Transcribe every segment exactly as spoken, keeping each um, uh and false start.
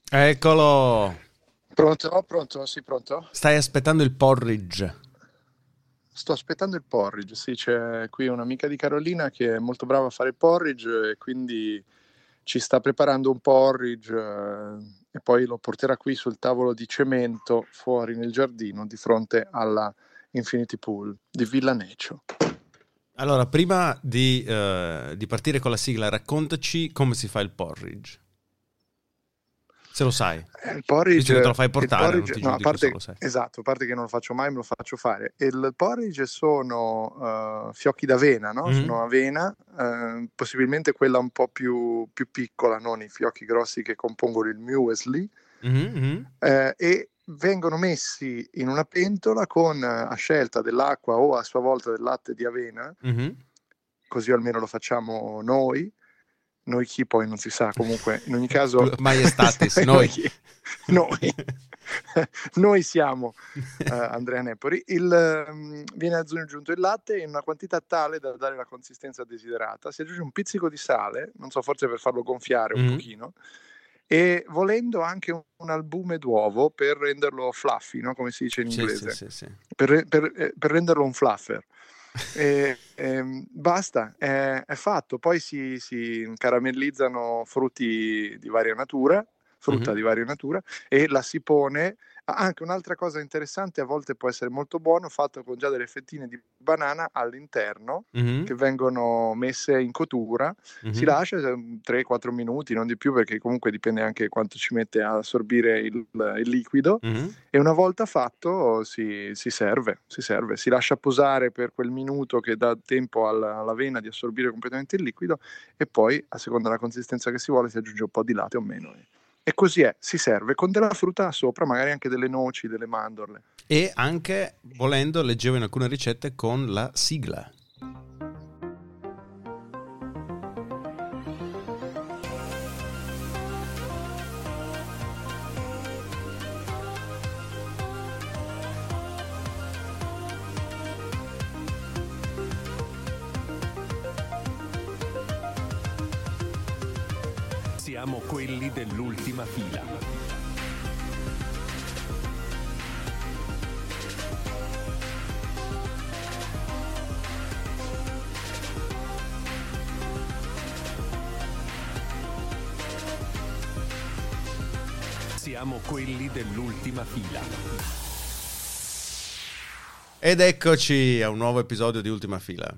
Eccolo. Pronto? Pronto? Sì, pronto? Stai aspettando il porridge. Sto aspettando il porridge, sì, c'è qui un'amica di Carolina che è molto brava a fare il porridge e quindi ci sta preparando un porridge eh, e poi lo porterà qui sul tavolo di cemento fuori nel giardino di fronte alla Infinity Pool di Villa Necio. Allora, prima di, uh, di partire con la sigla, raccontaci come si fa il porridge. Se lo sai. Eh, il porridge, visto che te lo fai portare, porridge, non ti no, a giudico parte, se lo sai. esatto, a parte che non lo faccio mai, me lo faccio fare. Il porridge sono uh, fiocchi d'avena, no? Mm-hmm. Sono avena, uh, possibilmente quella un po' più, più piccola, non i fiocchi grossi che compongono il muesli, Mm-hmm. uh, e vengono messi in una pentola con a scelta dell'acqua o a sua volta del latte di avena, Mm-hmm. così almeno lo facciamo noi. Noi chi poi non si sa, comunque in ogni caso Maiestatis, noi noi noi siamo uh, Andrea Nepori. Il, um, viene aggiunto il latte in una quantità tale da dare la consistenza desiderata, si aggiunge un pizzico di sale, non so, forse per farlo gonfiare un mm-hmm. pochino, e volendo anche un, un albume d'uovo per renderlo fluffy, no? Come si dice in inglese, sì, sì, sì, sì. Per, per, per renderlo un fluffer. E, e, basta, è, è fatto. Poi si, si caramellizzano frutti di varia natura, frutta mm-hmm. di varia natura, e la si pone. Anche un'altra cosa interessante, a volte può essere molto buono, fatto con già delle fettine di banana all'interno, mm-hmm. che vengono messe in cottura. Mm-hmm. Si lascia tre quattro minuti, non di più, perché comunque dipende anche quanto ci mette a assorbire il, il liquido. Mm-hmm. E una volta fatto si, si serve, si serve, si lascia posare per quel minuto che dà tempo alla, all'avena di assorbire completamente il liquido, e poi a seconda della consistenza che si vuole si aggiunge un po' di latte o meno. E così è, si serve con della frutta sopra, magari anche delle noci, delle mandorle. E anche, volendo, leggevo in alcune ricette con la sigla. Siamo quelli dell'ultima fila. Siamo quelli dell'ultima fila. Ed eccoci a un nuovo episodio di Ultima Fila.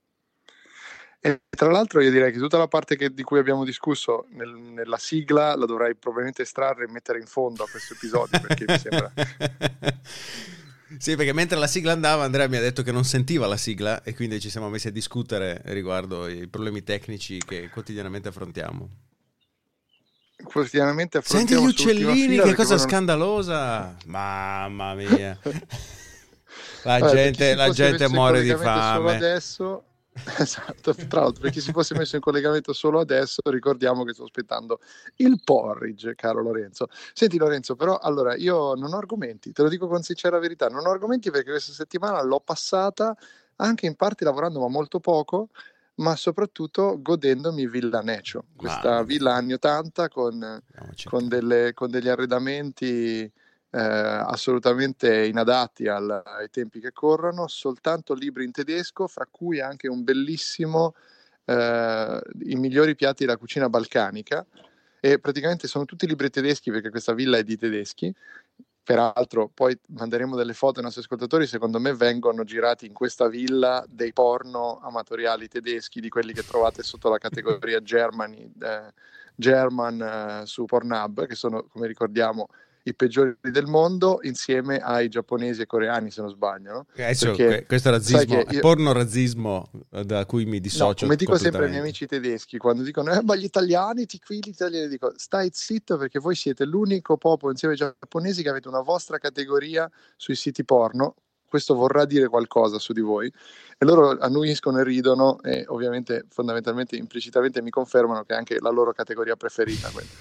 E tra l'altro io direi che tutta la parte che, di cui abbiamo discusso nel, nella sigla la dovrai probabilmente estrarre e mettere in fondo a questo episodio, perché mi sembra... Sì, perché mentre la sigla andava Andrea mi ha detto che non sentiva la sigla e quindi ci siamo messi a discutere riguardo i problemi tecnici che quotidianamente affrontiamo. Quotidianamente Senti affrontiamo gli uccellini, che cosa non... scandalosa! Mamma mia! La Allora, gente, la gente muore di fame. Solo adesso... Esatto, tra l'altro, per chi si fosse messo in collegamento solo adesso, ricordiamo che sto aspettando il porridge, caro Lorenzo. Senti Lorenzo, però allora io non ho argomenti, te lo dico con sincera verità, non ho argomenti perché questa settimana l'ho passata anche in parte lavorando, ma molto poco, ma soprattutto godendomi Villa Necio, questa ah, villa anni ottanta con, con, delle, con degli arredamenti Eh, assolutamente inadatti al, ai tempi che corrono, soltanto libri in tedesco, fra cui anche un bellissimo eh, I migliori piatti della cucina balcanica, e praticamente sono tutti libri tedeschi perché questa villa è di tedeschi. Peraltro poi manderemo delle foto ai nostri ascoltatori, secondo me vengono girati in questa villa dei porno amatoriali tedeschi, di quelli che trovate sotto la categoria Germany, eh, German eh, su Pornhub, che sono, come ricordiamo, i peggiori del mondo, insieme ai giapponesi e coreani, se non sbaglio, no? Eh, cioè, Perché, questo razzismo, io... è porno razzismo da cui mi dissocio. No, come dico sempre ai miei amici tedeschi quando dicono eh, ma gli italiani, ti qui gli italiani, dico stai zitto, perché voi siete l'unico popolo insieme ai giapponesi che avete una vostra categoria sui siti porno. Questo vorrà dire qualcosa su di voi, e loro annuiscono e ridono, e ovviamente fondamentalmente implicitamente mi confermano che è anche la loro categoria preferita quella.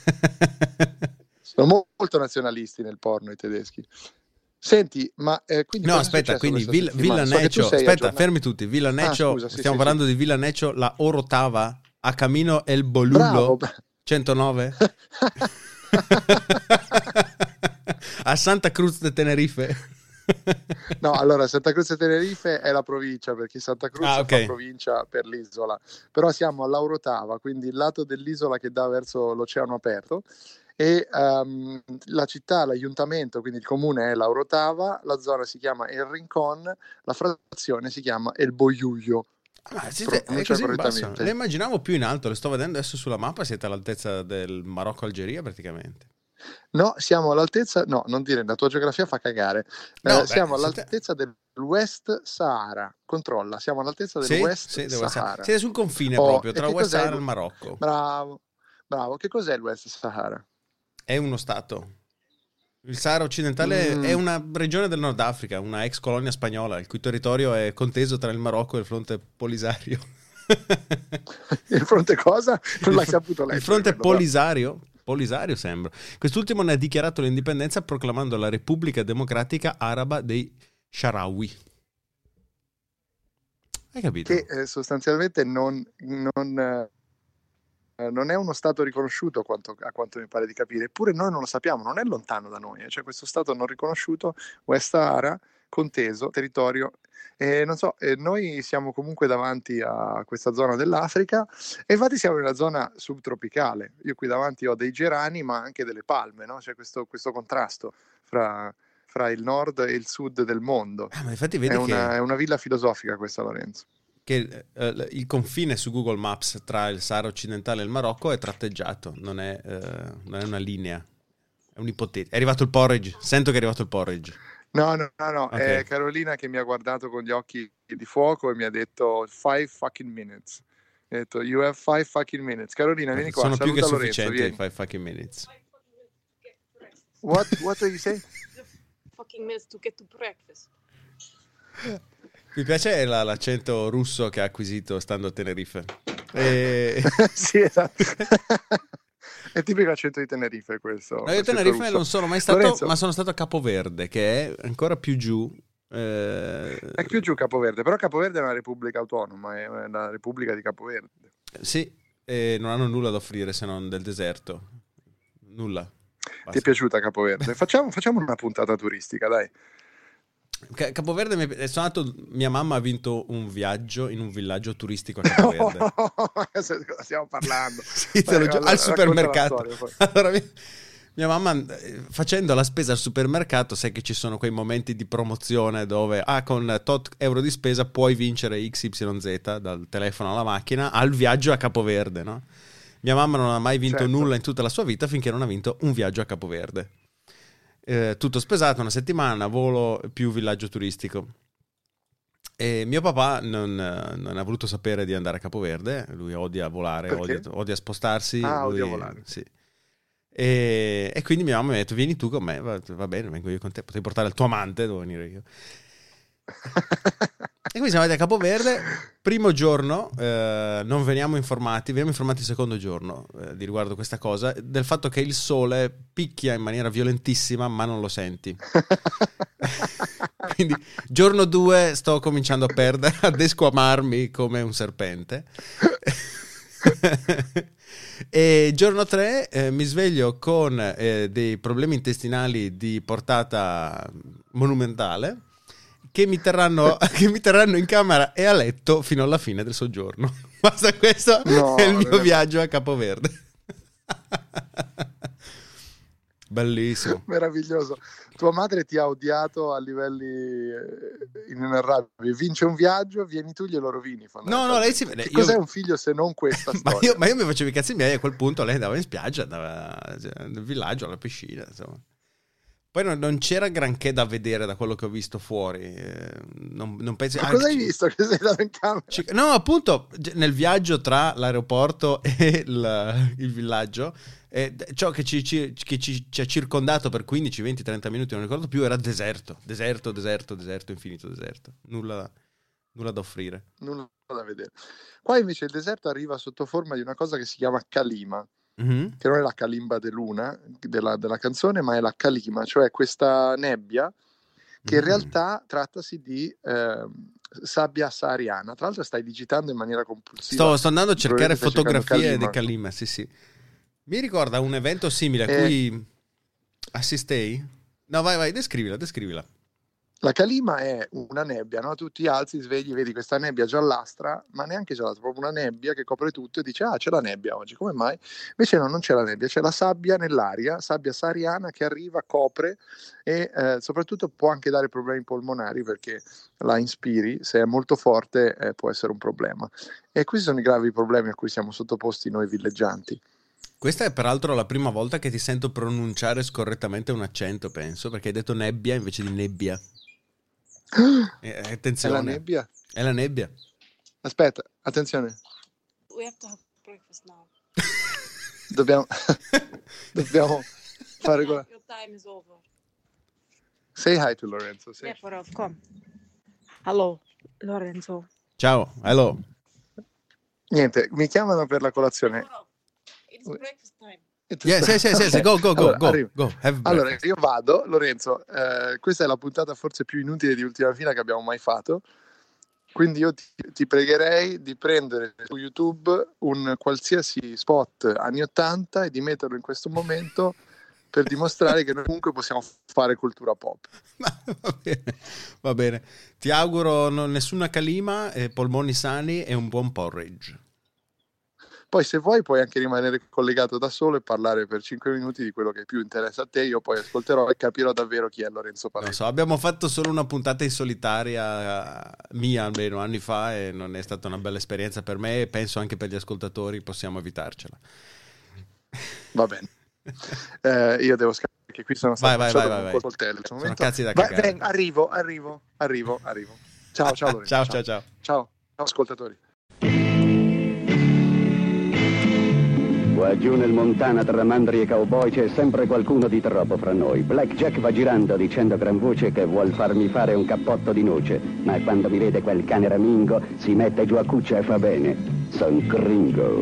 Sono molto nazionalisti nel porno i tedeschi. Senti, ma eh, quindi no, aspetta, quindi Villa, Villa Necio, so aspetta, aggiornato. Fermi tutti. Villa Necio, ah, scusa, sì, stiamo sì, parlando sì. di Villa Necio, la Orotava, a Camino El Bolullo, Bravo. centonove. A Santa Cruz de Tenerife. No, allora Santa Cruz de Tenerife è la provincia, perché Santa Cruz ah, okay. è provincia per l'isola, però siamo all'Aurotava, quindi il lato dell'isola che dà verso l'oceano aperto, e um, la città, l'aiuntamento, quindi il comune è l'Aurotava, la zona si chiama El Rincón, la frazione si chiama El Boiullo. Ah, siete, è così in basso. Le immaginavo più in alto, le sto vedendo adesso sulla mappa, siete all'altezza del Marocco-Algeria praticamente. No, siamo all'altezza, no, non dire, la tua geografia fa cagare. No, eh, beh, siamo all'altezza siete... del West Sahara. Controlla, siamo all'altezza del sì, West sì, Sahara. Siete sul confine oh, proprio tra West Sahara e il Marocco. Bravo, bravo. Che cos'è il West Sahara? È uno stato. Il Sahara occidentale mm. è una regione del Nord Africa, una ex colonia spagnola, il cui territorio è conteso tra il Marocco e il fronte Polisario. Il fronte cosa? Non l'hai saputo leggere. Il fronte Polisario. Polisario sembra. Quest'ultimo ne ha dichiarato l'indipendenza proclamando la Repubblica Democratica Araba dei Sharawi. Hai capito? Che eh, sostanzialmente non, non, eh, non è uno stato riconosciuto a quanto, a quanto mi pare di capire, eppure noi non lo sappiamo, non è lontano da noi, eh. Cioè questo stato non riconosciuto, West Sahara, conteso, territorio. Eh, non so, eh, noi siamo comunque davanti a questa zona dell'Africa e infatti siamo nella zona subtropicale. Io qui davanti ho dei gerani ma anche delle palme, no? C'è questo, questo contrasto fra, fra il nord e il sud del mondo. Ah, ma infatti vedi è, una, che... è una villa filosofica questa, Lorenzo. Che eh, il confine su Google Maps tra il Sahara occidentale e il Marocco è tratteggiato, non è, eh, non è una linea, è un'ipotesi. È arrivato il porridge, sento che è arrivato il porridge. No, no, no, no. Okay. È Carolina che mi ha guardato con gli occhi di fuoco e mi ha detto five fucking minutes. Mi ha detto you have five fucking minutes. Carolina, vieni qua. Sono più che Lorenzo, sufficienti vieni. five fucking minutes. What, what do you say? Fucking minutes to get to breakfast. Mi piace la, l'accento russo che ha acquisito stando a Tenerife. E... Sì, esatto. È tipico accento di Tenerife questo. No, io a Tenerife russo. non sono mai stato, Lorenzo, ma sono stato a Capoverde, che è ancora più giù. Eh... È più giù Capoverde, però Capoverde è una repubblica autonoma, è la repubblica di Capoverde. Sì, e non hanno nulla da offrire se non del deserto. Nulla. Basta. Ti è piaciuta Capoverde? Facciamo, facciamo una puntata turistica, dai. Capoverde mi è suonato, mia mamma ha vinto un viaggio in un villaggio turistico a Capoverde. Oh, cosa stiamo parlando? Sì, te lo giuro, allora, al supermercato. Storia, allora, mia, mia mamma facendo la spesa al supermercato, sai che ci sono quei momenti di promozione dove ah, con tot euro di spesa puoi vincere X Y Z dal telefono alla macchina al viaggio a Capoverde, no? Mia mamma non ha mai vinto certo. nulla in tutta la sua vita finché non ha vinto un viaggio a Capoverde. Eh, tutto spesato, una settimana, volo più villaggio turistico. E mio papà non, non ha voluto sapere di andare a Capoverde, lui odia volare, odia, odia spostarsi. Ah, lui, odia volare. Sì. E, e quindi mia mamma mi ha detto vieni tu con me, va, va bene, vengo io con te, potevi portare il tuo amante, devo venire io. E quindi siamo andati a Capoverde, primo giorno, eh, non veniamo informati, veniamo informati il secondo giorno eh, di riguardo questa cosa, del fatto che il sole picchia in maniera violentissima ma non lo senti. Quindi giorno due sto cominciando a perdere, a desquamarmi come un serpente. E giorno tre eh, mi sveglio con eh, dei problemi intestinali di portata monumentale che mi terranno che mi terranno in camera e a letto fino alla fine del soggiorno. Basta, questo no, è il mio no. viaggio a Capoverde. Bellissimo, meraviglioso. Tua madre ti ha odiato a livelli inenarrabili. Vince un viaggio, vieni tu, glielo rovini. No, no, lei si vede. Che cos'è io... un figlio se non questa storia? ma, io, ma io mi facevo i cazzi miei, a quel punto lei andava in spiaggia, andava nel villaggio, alla piscina, insomma. Poi non, non c'era granché da vedere da quello che ho visto fuori. Eh, non, non pensi, ma ah, cosa hai c- visto che sei andato in camera? C- no, appunto, nel viaggio tra l'aeroporto e il, il villaggio, eh, ciò che, ci, ci, che ci, ci ha circondato per quindici, venti, trenta minuti, non ricordo più, era deserto. Deserto, deserto, deserto, infinito deserto. Nulla, nulla da offrire. Nulla da vedere. Qua invece il deserto arriva sotto forma di una cosa che si chiama calima. Mm-hmm. Che non è la calimba de luna della, della canzone, ma è la calima, cioè questa nebbia che mm. in realtà trattasi di eh, sabbia sahariana. Tra l'altro stai digitando in maniera compulsiva. Sto, sto andando a cercare fotografie di calima, sì sì. Mi ricorda un evento simile a Eh. cui assistei? No, vai, vai, descrivila, descrivila. La calima è una nebbia, no? Tu ti alzi, svegli, vedi questa nebbia giallastra, ma neanche giallastra, proprio una nebbia che copre tutto e dici, ah, c'è la nebbia oggi, come mai? Invece no, non c'è la nebbia, c'è la sabbia nell'aria, sabbia sahariana che arriva, copre e eh, soprattutto può anche dare problemi polmonari perché la inspiri, se è molto forte eh, può essere un problema. E questi sono i gravi problemi a cui siamo sottoposti noi villeggianti. Questa è peraltro la prima volta che ti sento pronunciare scorrettamente un accento, penso, perché hai detto nebbia invece di nebbia. Eh, attenzione. È la nebbia? È la nebbia. Aspetta, attenzione. We have to have breakfast now. Dobbiamo, dobbiamo fare... Your time is over. Say hi to Lorenzo. Say. Leporov, come. Hello, Lorenzo. Ciao, hello. Niente, mi chiamano per la colazione. Leporov, it's breakfast time. Yes, yes, yes, yes. Go, go, go, Allora, go, arrivo. go. Have Allora, breakfast. io vado, Lorenzo, eh, questa è la puntata forse più inutile di Ultima Fila che abbiamo mai fatto, quindi io ti, ti pregherei di prendere su YouTube un qualsiasi spot anni ottanta e di metterlo in questo momento per dimostrare che noi comunque possiamo fare cultura pop. Va bene, va bene. Ti auguro non- nessuna calima, eh, polmoni sani e un buon porridge. Poi se vuoi puoi anche rimanere collegato da solo e parlare per cinque minuti di quello che più interessa a te, io poi ascolterò e capirò davvero chi è Lorenzo Non Paletti. so, abbiamo fatto solo una puntata in solitaria, eh, mia almeno anni fa, e non è stata una bella esperienza per me e penso anche per gli ascoltatori, possiamo evitarcela. Va bene. Eh, io devo scappare perché qui sono stato Vai, vai, solo vai, con vai, un vai. coltello in questo Sono momento. cazzi da Vai, cagare. ven- arrivo, arrivo, arrivo, arrivo. Ciao, ciao Lorenzo. Ciao, ciao, ciao. Ciao, ciao ascoltatori. Qua giù nel Montana tra mandri e cowboy c'è sempre qualcuno di troppo fra noi. Blackjack va girando dicendo a gran voce che vuol farmi fare un cappotto di noce, ma quando mi vede quel cane ramingo si mette giù a cuccia e fa bene. Son gringo.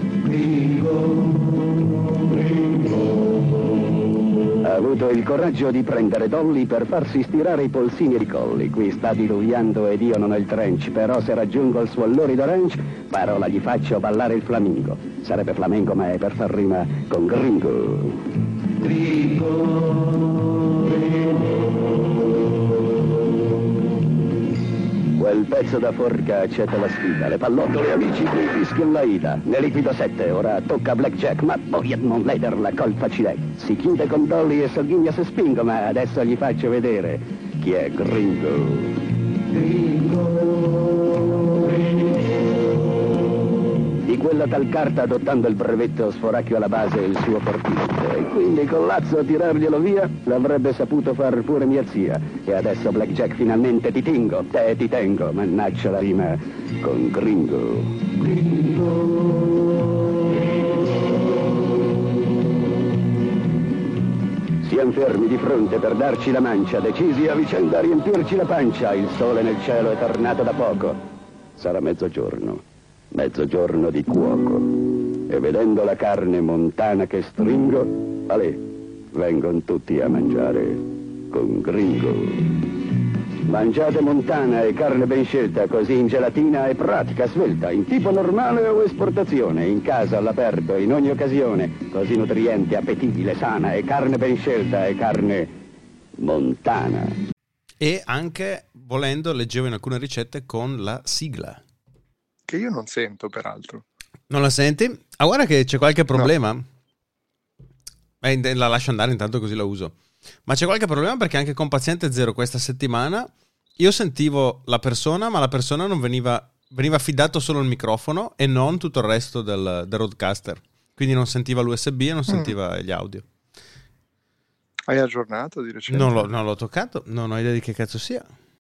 Ha avuto il coraggio di prendere Dolly per farsi stirare i polsini e i colli. Qui sta diluviando ed io non ho il trench, però se raggiungo il suo lorido ranch, parola gli faccio ballare il flamingo. Sarebbe flamenco ma è per far rima con gringo. Quel pezzo da forca accetta la sfida. Le pallottole amici qui fischia la ida. Ne liquido sette, ora tocca a Blackjack, ma poi Edmond Leder la colpa ci dai. Si chiude con Dolly e Salghigna se spingo, ma adesso gli faccio vedere chi è Gringo. Di quella tal carta adottando il brevetto sforacchio alla base il suo fortino. E quindi con Lazzo a tirarglielo via l'avrebbe saputo far pure mia zia. E adesso Blackjack finalmente ti tingo, te ti tengo, mannaggia la rima con Gringo. Siamo fermi di fronte per darci la mancia, decisi a vicenda a riempirci la pancia. Il sole nel cielo è tornato da poco. Sarà mezzogiorno, mezzogiorno di cuoco. E vedendo la carne montana che stringo, alè, vengono tutti a mangiare con Gringo. Mangiate montana e carne ben scelta, così in gelatina e pratica, svelta, in tipo normale o esportazione, in casa, all'aperto, in ogni occasione, così nutriente, appetibile, sana e carne ben scelta e carne montana. E anche, volendo, leggevo in alcune ricette con la sigla. Che io non sento peraltro. Non la senti? Ah, guarda che c'è qualche problema. Eh, la lascio andare intanto così la uso. Ma c'è qualche problema perché anche con Paziente Zero questa settimana io sentivo la persona, ma la persona non veniva, veniva affidato solo il microfono e non tutto il resto del, del roadcaster. Quindi non sentiva l'U S B e non sentiva mm. gli audio. Hai aggiornato di recente? Non l'ho, non l'ho toccato, non ho idea di che cazzo sia.